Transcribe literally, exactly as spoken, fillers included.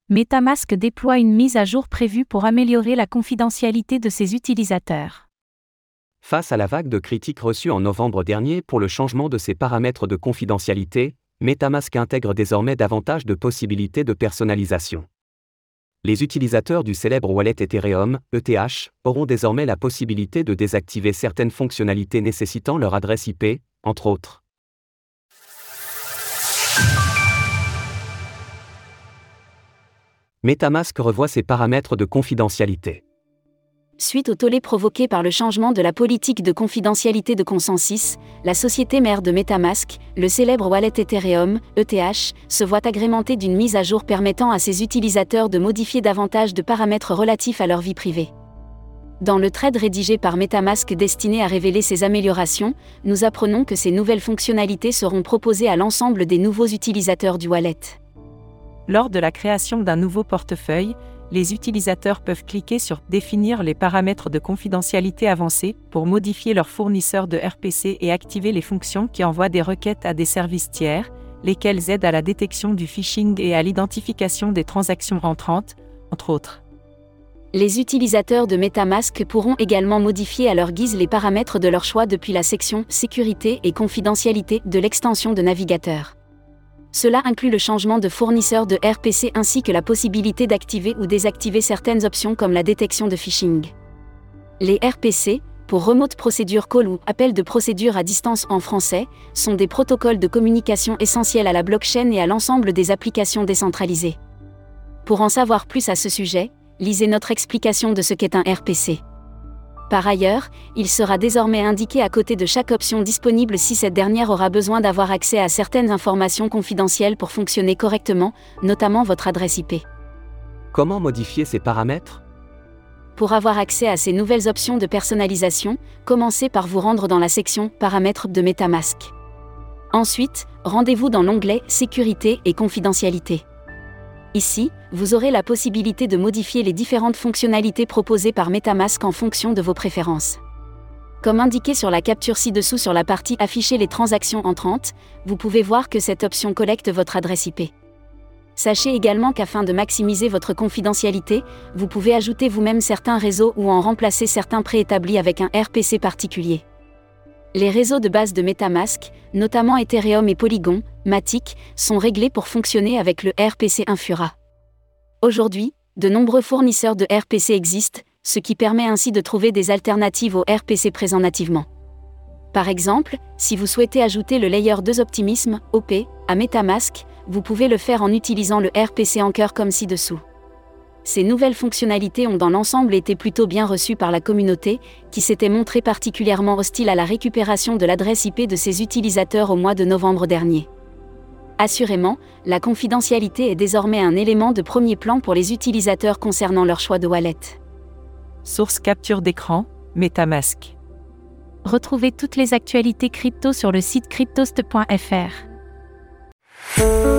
MetaMask déploie une mise à jour prévue pour améliorer la confidentialité de ses utilisateurs. Face à la vague de critiques reçues en novembre dernier pour le changement de ses paramètres de confidentialité, MetaMask intègre désormais davantage de possibilités de personnalisation. Les utilisateurs du célèbre wallet Ethereum, E T H, auront désormais la possibilité de désactiver certaines fonctionnalités nécessitant leur adresse I P, entre autres. MetaMask revoit ses paramètres de confidentialité. Suite au tollé provoqué par le changement de la politique de confidentialité de Consensus, la société mère de MetaMask, le célèbre wallet Ethereum, E T H, se voit agrémentée d'une mise à jour permettant à ses utilisateurs de modifier davantage de paramètres relatifs à leur vie privée. Dans le thread rédigé par MetaMask destiné à révéler ces améliorations, nous apprenons que ces nouvelles fonctionnalités seront proposées à l'ensemble des nouveaux utilisateurs du wallet. Lors de la création d'un nouveau portefeuille, les utilisateurs peuvent cliquer sur « Définir les paramètres de confidentialité avancés » pour modifier leur fournisseur de R P C et activer les fonctions qui envoient des requêtes à des services tiers, lesquels aident à la détection du phishing et à l'identification des transactions entrantes, entre autres. Les utilisateurs de MetaMask pourront également modifier à leur guise les paramètres de leur choix depuis la section « Sécurité et confidentialité » de l'extension de navigateur. Cela inclut le changement de fournisseur de R P C ainsi que la possibilité d'activer ou désactiver certaines options comme la détection de phishing. Les R P C, pour Remote Procedure Call ou appel de procédure à distance en français, sont des protocoles de communication essentiels à la blockchain et à l'ensemble des applications décentralisées. Pour en savoir plus à ce sujet, lisez notre explication de ce qu'est un R P C. Par ailleurs, il sera désormais indiqué à côté de chaque option disponible si cette dernière aura besoin d'avoir accès à certaines informations confidentielles pour fonctionner correctement, notamment votre adresse I P. Comment modifier ces paramètres ? Pour avoir accès à ces nouvelles options de personnalisation, commencez par vous rendre dans la section « Paramètres » de MetaMask. Ensuite, rendez-vous dans l'onglet « Sécurité et confidentialité ». Ici, vous aurez la possibilité de modifier les différentes fonctionnalités proposées par MetaMask en fonction de vos préférences. Comme indiqué sur la capture ci-dessous sur la partie « Afficher les transactions entrantes », vous pouvez voir que cette option collecte votre adresse I P. Sachez également qu'afin de maximiser votre confidentialité, vous pouvez ajouter vous-même certains réseaux ou en remplacer certains préétablis avec un R P C particulier. Les réseaux de base de MetaMask, notamment Ethereum et Polygon, Matic, sont réglés pour fonctionner avec le R P C Infura. Aujourd'hui, de nombreux fournisseurs de R P C existent, ce qui permet ainsi de trouver des alternatives aux R P C présents nativement. Par exemple, si vous souhaitez ajouter le Layer deux Optimism, O P, à MetaMask, vous pouvez le faire en utilisant le R P C Anchor comme ci-dessous. Ces nouvelles fonctionnalités ont dans l'ensemble été plutôt bien reçues par la communauté, qui s'était montrée particulièrement hostile à la récupération de l'adresse I P de ses utilisateurs au mois de novembre dernier. Assurément, la confidentialité est désormais un élément de premier plan pour les utilisateurs concernant leur choix de wallet. Source capture d'écran, MetaMask. Retrouvez toutes les actualités crypto sur le site cryptost point f r.